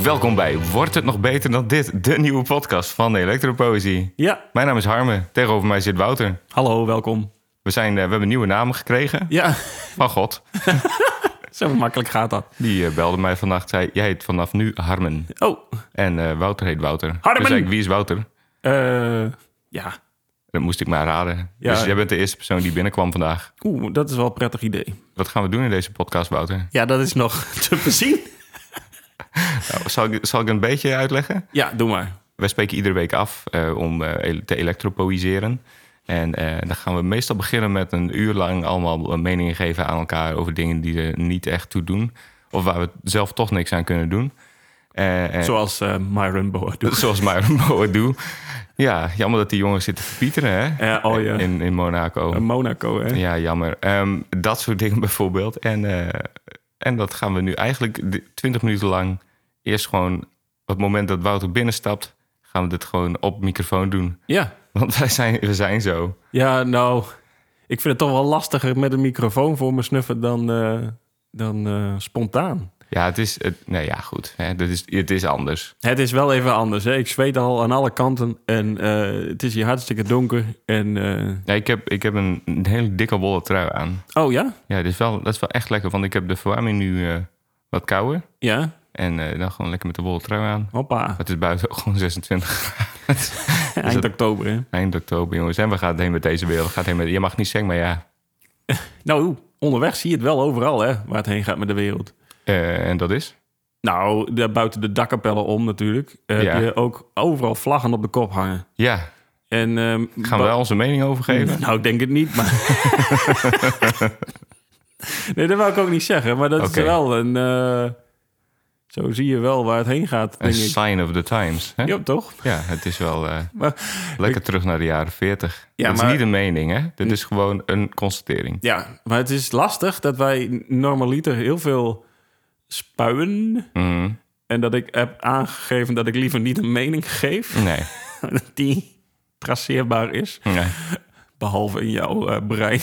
Welkom bij Wordt het nog beter dan dit? De nieuwe podcast van Elektropoëzie. Ja. Mijn naam is Harme. Tegenover mij zit Wouter. Hallo, welkom. We hebben nieuwe namen gekregen. Ja. Van God. Zo makkelijk gaat dat. Die belde mij vannacht. Zei, jij heet vanaf nu Harmen. Oh. En Wouter heet Wouter. Harmen! Dus zei ik, wie is Wouter? Ja. Dat moest ik maar raden. Ja. Dus jij bent de eerste persoon die binnenkwam vandaag. Dat is wel een prettig idee. Wat gaan we doen in deze podcast, Wouter? Ja, dat is nog te bezien. Nou, zal ik een beetje uitleggen? Ja, doe maar. Wij spreken iedere week af om te elektropoëseren. En dan gaan we meestal beginnen met een uur lang allemaal meningen geven aan elkaar over dingen die er niet echt toe doen. Of waar we zelf toch niks aan kunnen doen. Zoals Myron Boadu. Zoals Myron Boadu. Ja, jammer dat die jongens zitten te pieteren, hè? Ja. In Monaco. Monaco, hè? Ja, jammer. Dat soort dingen bijvoorbeeld. En dat gaan we nu eigenlijk 20 minuten lang eerst gewoon op het moment dat Wouter binnenstapt, gaan we dit gewoon op microfoon doen. Ja. Want we zijn zo. Ja, nou, ik vind het toch wel lastiger met een microfoon voor me snuffen dan spontaan. Ja, goed. Hè, het is anders. Het is wel even anders, hè? Ik zweet al aan alle kanten en het is hier hartstikke donker. En, Ja, ik heb een hele dikke wollen trui aan. Oh ja? Ja, dat is wel echt lekker, want ik heb de verwarming nu wat kouder. Ja. En dan gewoon lekker met de wollen trui aan. Hoppa. Maar het is buiten ook gewoon 26 graden. Eind oktober, hè? Eind oktober, jongens. En we gaan heen met deze wereld. Je mag niet zeggen, maar ja. Nou, onderweg zie je het wel overal, hè? Waar het heen gaat met de wereld. En dat is? Nou, daar buiten de dakkapellen om natuurlijk. Heb je ook overal vlaggen op de kop hangen. Ja. En, gaan we daar onze mening over geven? Nou, ik denk het niet, maar... Nee, dat wil ik ook niet zeggen. Maar dat is wel een... Zo zie je wel waar het heen gaat, denk ik. Een sign of the times. Hè? Ja, toch? Ja, het is wel lekker terug naar de jaren 40. Ja, dat is niet een mening, hè? Dit is gewoon een constatering. Ja, maar het is lastig dat wij normaliter heel veel spuien. Mm. En dat ik heb aangegeven dat ik liever niet een mening geef. Nee. Die traceerbaar is. Nee. Behalve in jouw brein.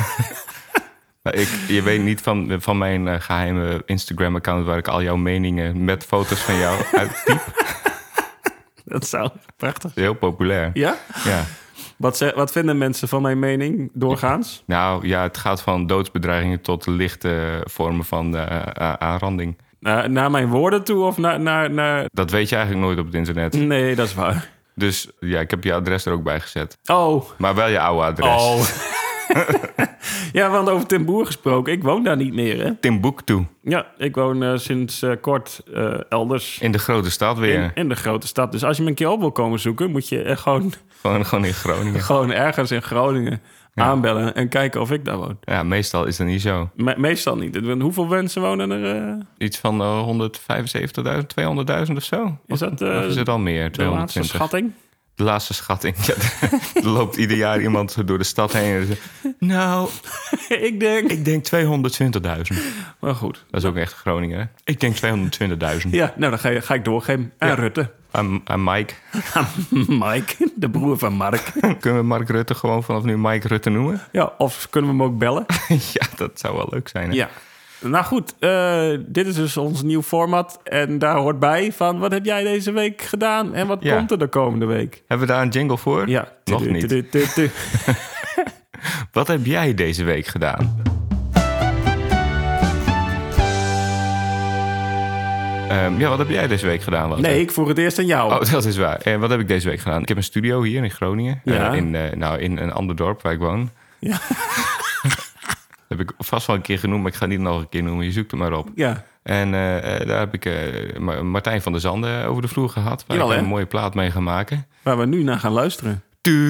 Je weet niet van mijn geheime Instagram-account waar ik al jouw meningen met foto's van jou uittyp. Dat zou prachtig. Heel populair. Ja? Ja. Wat vinden mensen van mijn mening doorgaans? Nou ja, het gaat van doodsbedreigingen tot lichte vormen van aanranding. Naar mijn woorden toe of naar... Dat weet je eigenlijk nooit op het internet. Nee, dat is waar. Dus ja, ik heb je adres er ook bij gezet. Oh. Maar wel je oude adres. Oh. Ja, want over Ten Boer gesproken, ik woon daar niet meer, hè? Timbuktu. Ja, ik woon sinds kort elders. In de grote stad weer. In de grote stad. Dus als je me een keer op wil komen zoeken, moet je gewoon in Groningen. Gewoon ergens in Groningen aanbellen en kijken of ik daar woon. Ja, meestal is dat niet zo. Meestal niet. Hoeveel mensen wonen er? Iets van 175.000, 200.000 of zo. Is dat of is het al meer? De laatste schatting? De laatste schatting. Ja, er loopt ieder jaar iemand door de stad heen en zegt... Nou, ik denk 220.000. Maar goed. Dat is ook echt Groningen, hè? Ik denk 220.000. Ja, nou dan ga ik doorgeven. En Rutte. Aan Mike. Mike, de broer van Mark. Kunnen we Mark Rutte gewoon vanaf nu Mike Rutte noemen? Ja, of kunnen we hem ook bellen? Ja, dat zou wel leuk zijn, hè? Ja. Nou goed, dit is dus ons nieuw format. En daar hoort bij van, wat heb jij deze week gedaan? En wat komt er de komende week? Hebben we daar een jingle voor? Ja. Nog niet. Wat heb jij deze week gedaan? Wat heb jij deze week gedaan? Walter? Nee, ik vroeg het eerst aan jou. Oh, dat is waar. En wat heb ik deze week gedaan? Ik heb een studio hier in Groningen. Ja. In een ander dorp waar ik woon. Ja. Dat heb ik vast wel een keer genoemd, maar ik ga het niet nog een keer noemen. Je zoekt het maar op. Ja. En daar heb ik Martijn van der Zanden over de vloer gehad. Waar ik een mooie plaat mee ga maken. Waar we nu naar gaan luisteren.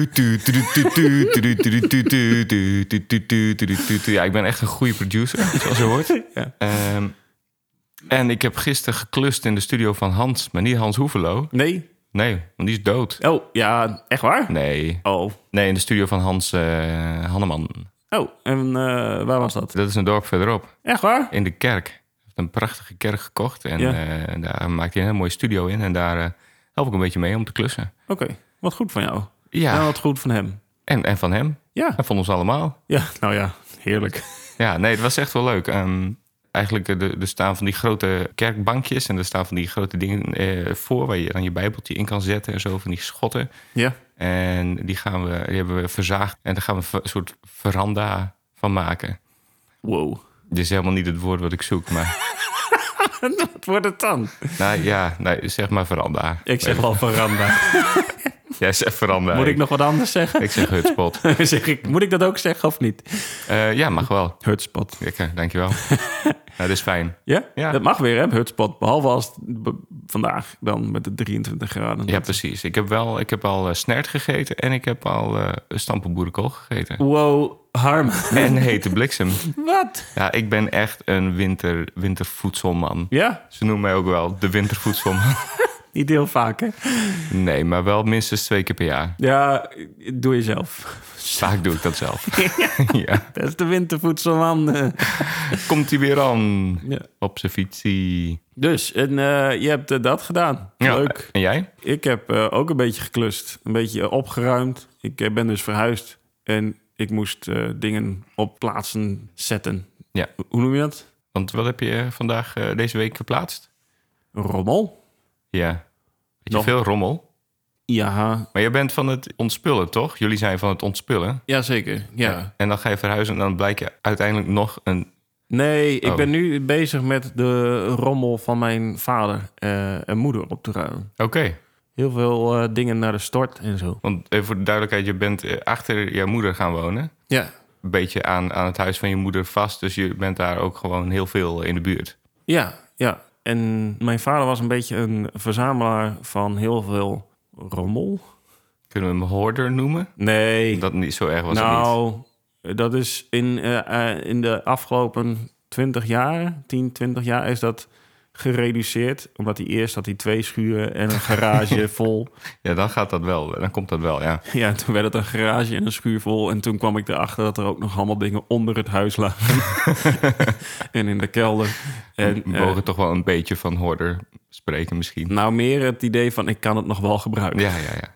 Ja, ik ben echt een goede producer, zoals je hoort. Ja. En ik heb gisteren geklust in de studio van Hans, maar niet Hans Hoevelo. Nee, want die is dood. Oh, ja, echt waar? Nee. Oh. Nee, in de studio van Hans Hanneman. Oh, en waar was dat? Dat is een dorp verderop. Echt waar? In de kerk. Hij heeft een prachtige kerk gekocht. En daar maakt hij een hele mooie studio in. En daar help ik een beetje mee om te klussen. Oké, wat goed van jou. Ja. En wat goed van hem. En van hem. Ja. En van ons allemaal. Ja, nou ja, heerlijk. Ja, nee, het was echt wel leuk. eigenlijk er staan van die grote kerkbankjes... en er staan van die grote dingen voor... waar je dan je bijbeltje in kan zetten en zo, van die schotten. Ja. En die hebben we verzaagd en daar gaan we een soort veranda van maken. Wow. Dit is helemaal niet het woord wat ik zoek, maar... Wat wordt het dan? Zeg maar veranda. Ik zeg wel veranda. Jij zegt veranda. Moet ik nog wat anders zeggen? Ik zeg hutspot. Moet ik dat ook zeggen of niet? Ja, mag wel. Hutspot. Lekker, dankjewel. Dat is fijn. Ja? Ja. Dat mag weer, hè, Hutspot. Behalve als vandaag dan met de 23 graden. Ja, precies. Ik heb al snert gegeten en ik heb al stampenboerenkool gegeten. Wow, Harm. En hete bliksem. Wat? Ja, ik ben echt een wintervoedselman. Ja? Ze noemen mij ook wel de wintervoedselman. Niet heel vaak, hè? Nee, maar wel minstens 2 keer per jaar. Ja, doe je zelf. Vaak doe ik dat zelf. Ja. Dat is de wintervoedselman. Komt hij weer aan Ja. op zijn fietsie. Dus, en je hebt dat gedaan. Ja. Leuk. En jij? Ik heb ook een beetje geklust. Een beetje opgeruimd. Ik ben dus verhuisd. En ik moest dingen op plaatsen zetten. Ja. Hoe noem je dat? Want wat heb je vandaag deze week geplaatst? Rommel? Ja. Weet je Nog? veel rommel? Ja. Maar jij bent van het ontspullen, toch? Jullie zijn van het ontspullen. Jazeker, ja. En dan ga je verhuizen en dan blijkt je uiteindelijk nog een... Nee, ik Oh. ben nu bezig met de rommel van mijn vader en moeder op te ruimen. Oké. Heel veel dingen naar de stort en zo. Want even voor de duidelijkheid, je bent achter je moeder gaan wonen. Ja. Een beetje aan het huis van je moeder vast. Dus je bent daar ook gewoon heel veel in de buurt. Ja, ja. En mijn vader was een beetje een verzamelaar van heel veel rommel. Kunnen we hem hoorder noemen? Nee. Dat niet zo erg was het niet. Nou, dat is in de afgelopen 20 jaar, 10, 20 jaar is dat gereduceerd. Omdat hij eerst had 2 schuren en een garage vol. Ja, dan gaat dat wel. Dan komt dat wel, ja. Ja, toen werd het een garage en een schuur vol. En toen kwam ik erachter dat er ook nog allemaal dingen onder het huis lagen. En in de kelder. En, We mogen toch wel een beetje van hoorder spreken misschien. nou, meer het idee van ik kan het nog wel gebruiken. Ja.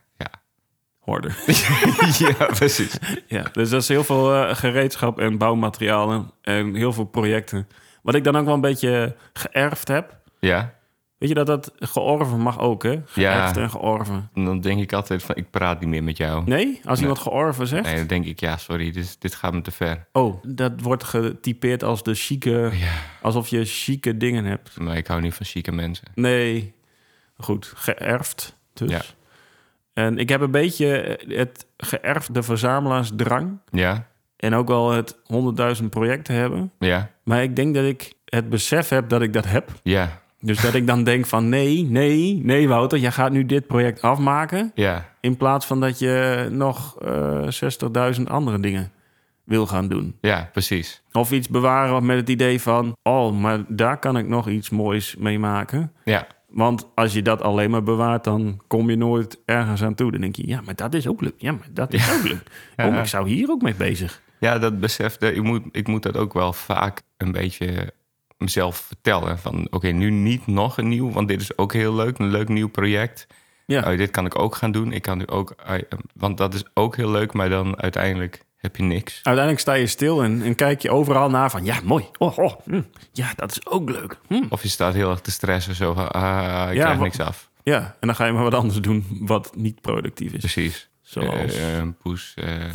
Hoorder. Ja, precies. Ja, dus dat is heel veel gereedschap en bouwmaterialen en heel veel projecten. Wat ik dan ook wel een beetje geërfd heb. Ja, Weet je dat georven mag ook, hè? Geërfd Ja. en georven. en dan denk ik altijd van, ik praat niet meer met jou. Nee? Als iemand georven zegt? Nee, dan denk ik, ja, sorry, dit gaat me te ver. Oh, dat wordt getypeerd als de chique... Ja, Alsof je chique dingen hebt. maar ik hou niet van chique mensen. Nee. Goed, geërfd dus. Ja. En ik heb een beetje het geërfde verzamelaarsdrang. Ja, En ook wel het 100.000 projecten hebben. ja, Maar ik denk dat ik het besef heb dat ik dat heb. ja, Dus dat ik dan denk van nee Wouter, jij gaat nu dit project afmaken. ja. In plaats van dat je nog 60.000 andere dingen wil gaan doen. Ja, precies. Of iets bewaren met het idee van, oh, maar daar kan ik nog iets moois mee maken. Ja, Want als je dat alleen maar bewaart, dan kom je nooit ergens aan toe. Dan denk je, ja, maar dat is ook leuk. Ja, maar dat is ook leuk. Ja. Oh, ik zou hier ook mee bezig. ja, dat besef, ik moet dat ook wel vaak een beetje mezelf vertellen. Van, oké, nu niet nog een nieuw, want dit is ook heel leuk. Een leuk nieuw project. Ja, Oh, dit kan ik ook gaan doen. Ik kan nu ook, want dat is ook heel leuk, maar dan uiteindelijk heb je niks. uiteindelijk sta je stil en kijk je overal naar van, ja, mooi. Ja, dat is ook leuk. Of je staat heel erg te stressen, zo van, ik Ja, krijg niks af. Ja, en dan ga je maar wat anders doen wat niet productief is. Precies. Zoals... Een poes.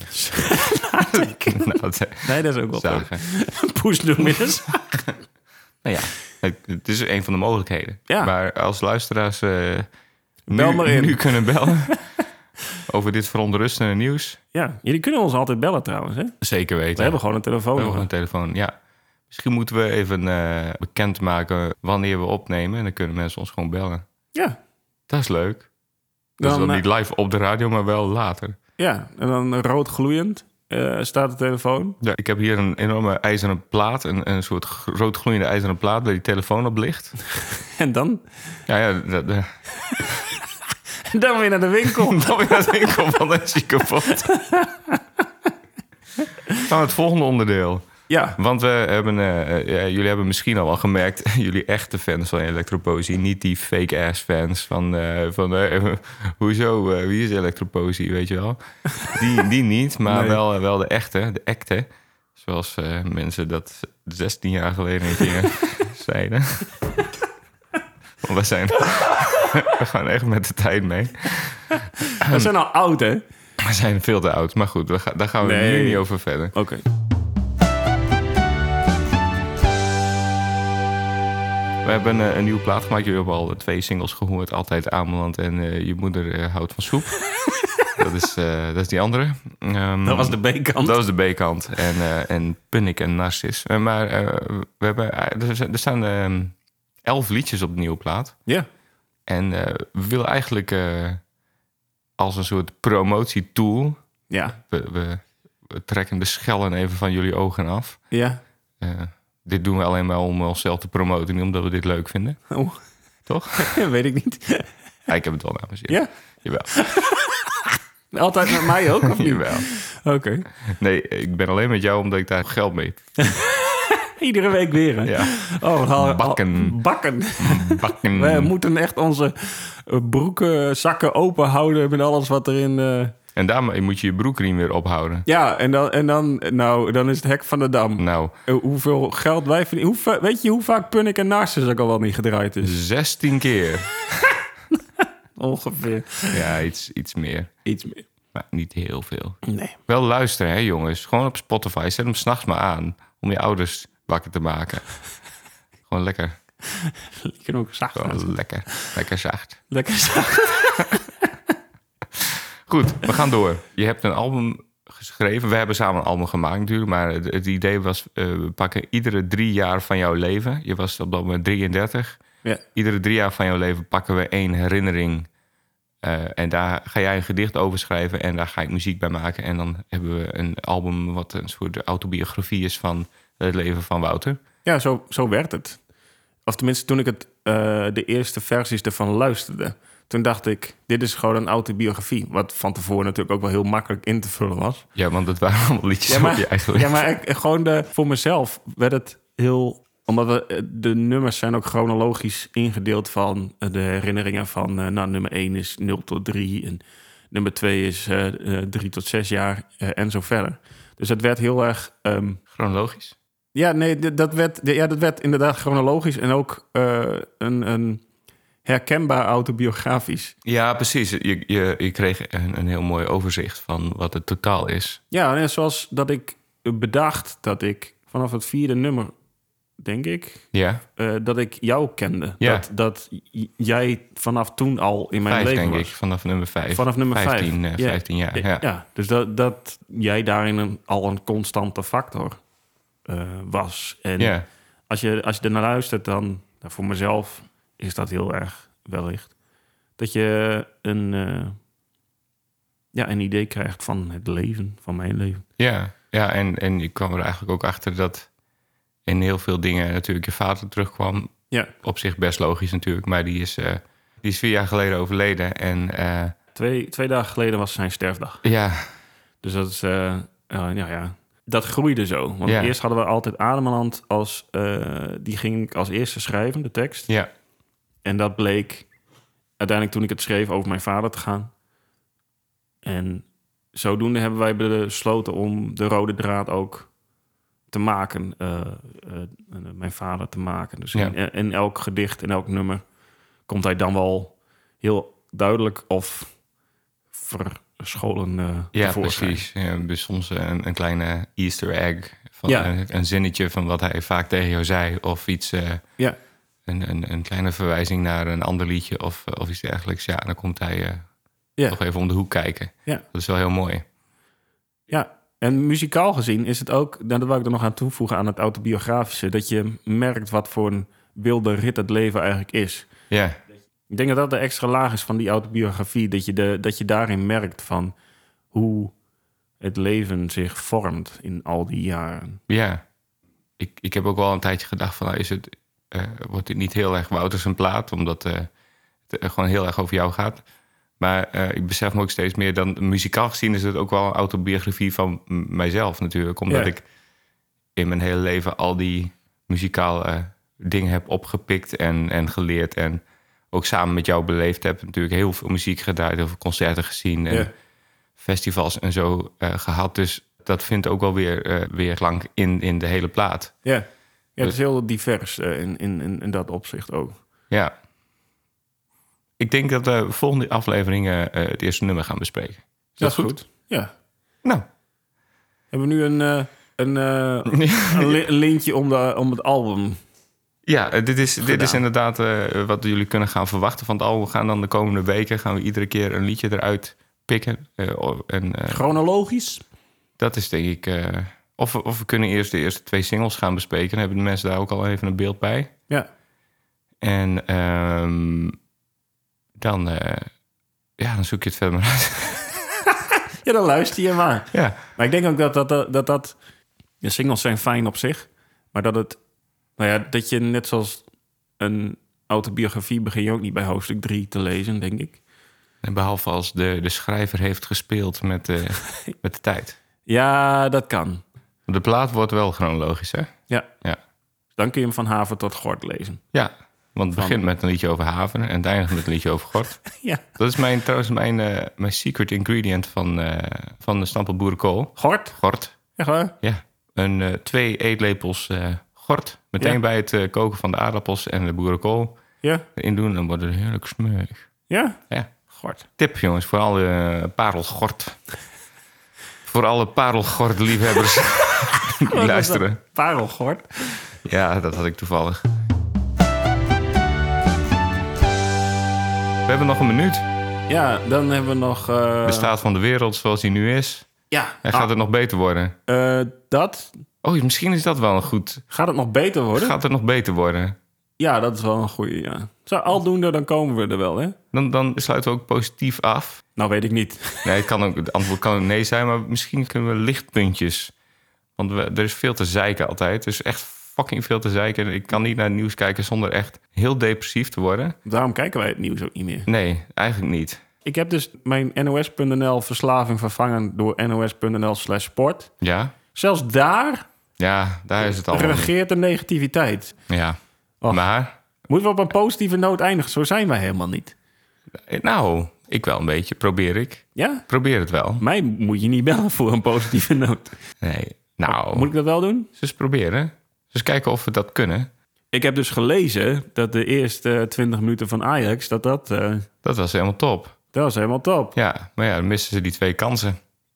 Nee, dat is ook wel zagen. leuk. Poes doen we dus. Nou ja, het is een van de mogelijkheden. Ja. Maar als luisteraars Bel maar in. nu kunnen bellen over dit verontrustende nieuws. Ja, jullie kunnen ons altijd bellen trouwens, hè? Zeker weten. We hebben gewoon een We telefoon. hebben een telefoon, ja. Misschien moeten we even bekendmaken wanneer we opnemen. En dan kunnen mensen ons gewoon bellen. Ja, Dat is leuk. Dat is Dan, dan niet live op de radio, maar wel later. ja, en dan rood gloeiend staat de telefoon. Ja, ik heb hier een enorme ijzeren plaat. Een soort rood gloeiende ijzeren plaat waar die telefoon op ligt. En dan, Ja, dan weer naar de winkel. dan weer naar de winkel, want dan is hij kapot. Dan het volgende onderdeel. Ja, Want we hebben, jullie hebben misschien al wel gemerkt, jullie echte fans van Elektropoëzie, niet die fake-ass fans van hoezo, wie is Elektropoëzie, weet je wel? Die niet, maar Nee. wel de echte, de acte, zoals mensen dat 16 jaar geleden een keer zeiden. Want we gaan echt met de tijd mee. We zijn al oud, hè? We zijn veel te oud. Maar goed, daar gaan we nu niet over verder. Oké. We hebben een nieuwe plaat gemaakt. Jullie hebben al 2 singles gehoord. Altijd Ameland en Je moeder houdt van soep. Dat is die andere. Dat was de B-kant. Dat was de B-kant. En Punnik en Narcis. Maar we hebben, er staan 11 liedjes op de nieuwe plaat. Ja. En we willen eigenlijk als een soort promotietool... Ja. We trekken de schellen even van jullie ogen af. Ja. Dit doen we alleen maar om onszelf te promoten. Niet omdat we dit leuk vinden. Oh. Toch? Weet ik niet. Ja, ik heb het wel namens je. Ja? Jawel. Altijd met mij ook, of niet? Jawel. Oké. Nee, ik ben alleen met jou omdat ik daar geld mee heb. Iedere week weer, hè? Ja. Oh, Bakken. Bakken. Bakken. We moeten echt onze broeken, zakken open houden met alles wat erin... En daarmee moet je je broekriem weer ophouden. Ja, dan is het hek van de dam. Nou. Hoeveel geld wij verdienen. Weet je hoe vaak Punnik en Narcis ook al wel niet gedraaid is? 16 keer. Ongeveer. Ja, iets meer. Iets meer. Maar niet heel veel. Nee. Wel luisteren, hè jongens. Gewoon op Spotify. Zet hem 's nachts maar aan. Om je ouders wakker te maken. Gewoon lekker. Ik kan ook zacht. Gewoon lekker. Lekker zacht. Lekker zacht. Goed, we gaan door. Je hebt een album geschreven. We hebben samen een album gemaakt natuurlijk. Maar het idee was, we pakken iedere 3 jaar van jouw leven. Je was op dat moment 33. Ja. Iedere 3 jaar van jouw leven pakken we 1 herinnering. En daar ga jij een gedicht over schrijven. En daar ga ik muziek bij maken. En dan hebben we een album wat een soort autobiografie is van het leven van Wouter. Ja, zo werd het. Of tenminste, toen ik de eerste versies ervan luisterde... toen dacht ik, dit is gewoon een autobiografie. Wat van tevoren natuurlijk ook wel heel makkelijk in te vullen was. Ja, want dat waren allemaal liedjes op je eigen Ja, maar gewoon voor mezelf werd het heel... Omdat de nummers zijn ook chronologisch ingedeeld van de herinneringen van... nummer 1 is 0 tot 3 en nummer 2 is 3 tot 6 jaar en zo verder. Dus het werd heel erg... Chronologisch? Ja, nee, dat werd inderdaad chronologisch en ook een herkenbaar autobiografisch. Ja, precies. Je kreeg een heel mooi overzicht van wat het totaal is. Ja, en zoals dat ik bedacht dat ik vanaf het 4e nummer, denk ik, dat ik jou kende. Ja. Dat jij vanaf toen al in mijn 5, leven denk was. ik, vanaf nummer 5. Vanaf nummer 15, 5. 15 jaar. Ja, dus dat jij daarin al een constante factor was. En als je er naar luistert, dan voor mezelf is dat heel erg wellicht. Dat je een idee krijgt van het leven, van mijn leven. Ja, en je kwam er eigenlijk ook achter dat in heel veel dingen natuurlijk je vader terugkwam. Ja. Op zich best logisch natuurlijk, maar die is 4 jaar geleden overleden. En 2 dagen geleden was zijn sterfdag. Ja. Dus dat is, dat groeide zo. Want eerst hadden we altijd Ameland die ging ik als eerste schrijven, de tekst. Ja. En dat bleek uiteindelijk toen ik het schreef over mijn vader te gaan. En zodoende hebben wij besloten om de rode draad ook te maken. Mijn vader te maken. Dus in elk gedicht, in elk nummer komt hij dan wel heel duidelijk of verscholen tevoorschijn. Precies. Ja, dus soms een kleine Easter egg. Van een zinnetje van wat hij vaak tegen jou zei. Of iets... Een kleine verwijzing naar een ander liedje of iets dergelijks. Ja, dan komt hij nog even om de hoek kijken. Ja. Dat is wel heel mooi. Ja, en muzikaal gezien is het ook... dat wou ik er nog aan toevoegen aan het autobiografische... dat je merkt wat voor een wilde rit het leven eigenlijk is. Ja. Ik denk dat dat de extra laag is van die autobiografie... dat je daarin merkt van hoe het leven zich vormt in al die jaren. Ja, ik heb ook wel een tijdje gedacht van... wordt dit niet heel erg Wouters een plaat, omdat het gewoon heel erg over jou gaat. Maar ik besef me ook steeds meer dan muzikaal gezien is het ook wel een autobiografie van mijzelf natuurlijk. Omdat ik in mijn hele leven al die muzikale dingen heb opgepikt en geleerd. En ook samen met jou beleefd heb. Natuurlijk heel veel muziek gedraaid, heel veel concerten gezien. En festivals en zo gehad. Dus Dat vindt ook wel weer klank in de hele plaat. Ja, het is heel divers in dat opzicht ook. Ja. Ik denk dat we volgende afleveringen het eerste nummer gaan bespreken. Is dat goed? Ja. Nou. Hebben we nu een lintje om het album? Ja, dit is inderdaad wat jullie kunnen gaan verwachten van het album. We gaan dan de komende weken we iedere keer een liedje eruit pikken. Chronologisch? Dat is denk ik... Of we kunnen eerst de eerste 2 singles gaan bespreken. Dan hebben de mensen daar ook al even een beeld bij. Ja. En dan zoek je het verder maar uit. Ja, dan luister je maar. Ja. Maar ik denk ook dat de singles zijn fijn op zich. Maar dat je net zoals een autobiografie begin je ook niet bij hoofdstuk 3 te lezen, denk ik. En behalve als de schrijver heeft gespeeld met de tijd. Ja, dat kan. De plaat wordt wel chronologisch, hè? Ja. Ja. Dan kun je hem van haven tot gort lezen. Ja, want het begint met een liedje over haven en het eindigt met een liedje over gort. Ja. Dat is mijn secret ingredient van de Stamppot Boerenkool. Gort? Gort. Echt waar? Ja. 2 eetlepels gort. Meteen bij het koken van de aardappels en de boerenkool erin doen. Dan wordt het heerlijk smeuig. Ja? Ja. Gort. Tip, jongens, voor alle parelgort. Voor alle parelgort-liefhebbers die luisteren. Parelgort? Ja, dat had ik toevallig. We hebben nog een minuut. Ja, dan hebben we nog... De staat van de wereld zoals die nu is. Ja. En gaat het nog beter worden? Dat? Oh, misschien is dat wel een goed... Gaat het nog beter worden? Gaat het nog beter worden? Ja, dat is wel een goeie, ja. Aldoende, dan komen we er wel, hè? Dan sluiten we ook positief af. Nou, weet ik niet. Nee, het antwoord kan ook nee zijn, maar misschien kunnen we lichtpuntjes. Want er is veel te zeiken altijd. Er is echt fucking veel te zeiken. Ik kan niet naar het nieuws kijken zonder echt heel depressief te worden. Daarom kijken wij het nieuws ook niet meer. Nee, eigenlijk niet. Ik heb dus mijn NOS.nl verslaving vervangen door NOS.nl/sport. Ja? Zelfs daar... Ja, daar is het allemaal. Regeert de negativiteit. Ja, Och. maar... Moeten we op een positieve noot eindigen? Zo zijn wij helemaal niet. Nou, ik wel een beetje. Probeer ik. Ja? Probeer het wel. Mij moet je niet bellen voor een positieve noot. Nee, nou... Moet ik dat wel doen? Dus proberen. Dus kijken of we dat kunnen. Ik heb dus gelezen dat de eerste 20 minuten van Ajax... Dat was helemaal top. Dat was helemaal top. Ja, maar ja, dan missen ze die 2 kansen.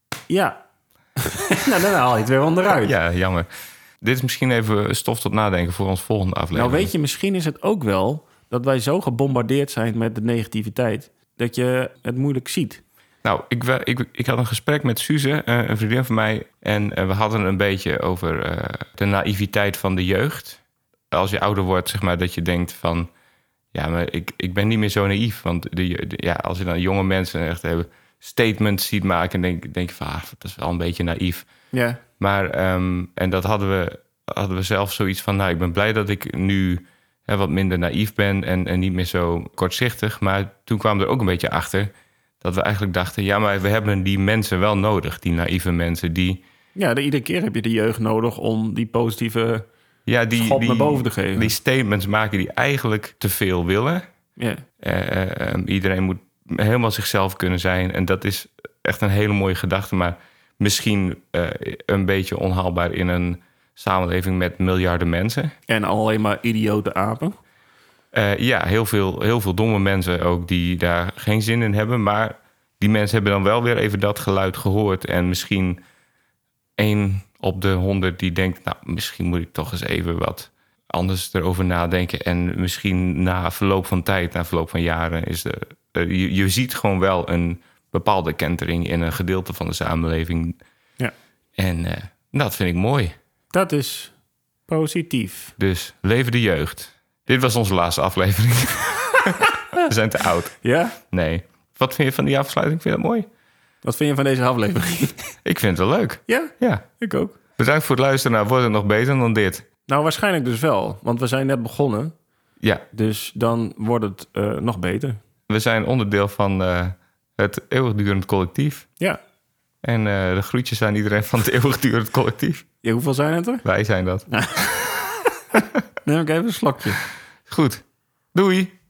Ja. Nou, dan haal je het weer onderuit. Ja, jammer. Dit is misschien even stof tot nadenken voor ons volgende aflevering. Nou, weet je, misschien is het ook wel dat wij zo gebombardeerd zijn met de negativiteit... dat je het moeilijk ziet. Nou, ik had een gesprek met Suze, een vriendin van mij... en we hadden een beetje over de naïviteit van de jeugd. Als je ouder wordt, zeg maar, dat je denkt van... ja, maar ik ben niet meer zo naïef. Want als je dan jonge mensen echt hebben statements ziet maken... denk je van, dat is wel een beetje naïef. Ja. Maar, en dat hadden we zelf zoiets van... nou, ik ben blij dat ik nu wat minder naïef ben... en niet meer zo kortzichtig. Maar toen kwam er ook een beetje achter... dat we eigenlijk dachten... ja, maar we hebben die mensen wel nodig. Die naïeve mensen die... Ja, iedere keer heb je de jeugd nodig om die positieve schop naar boven te geven. Die statements maken die eigenlijk te veel willen. Ja. Iedereen moet helemaal zichzelf kunnen zijn. En dat is echt een hele mooie gedachte... maar misschien een beetje onhaalbaar in een samenleving met miljarden mensen. En alleen maar idiote apen. Ja, heel veel domme mensen ook die daar geen zin in hebben. Maar die mensen hebben dan wel weer even dat geluid gehoord. En misschien 1 op de 100 die denkt... nou, misschien moet ik toch eens even wat anders erover nadenken. En misschien na verloop van tijd, na verloop van jaren... is je ziet gewoon wel een bepaalde kentering in een gedeelte van de samenleving. Ja. En dat vind ik mooi. Dat is positief. Dus leven de jeugd. Dit was onze laatste aflevering. We zijn te oud. Ja? Nee. Wat vind je van die afsluiting? Vind je dat mooi? Wat vind je van deze aflevering? Ik vind het wel leuk. Ja? Ja. Ik ook. Bedankt voor het luisteren naar Wordt het nog beter dan dit? Nou, waarschijnlijk dus wel. Want we zijn net begonnen. Ja. Dus dan wordt het nog beter. We zijn onderdeel van het eeuwigdurend collectief. Ja. En de groetjes aan iedereen van het eeuwigdurend collectief. Ja, hoeveel zijn het er? Wij zijn dat. Neem ik even een slokje. Goed. Doei.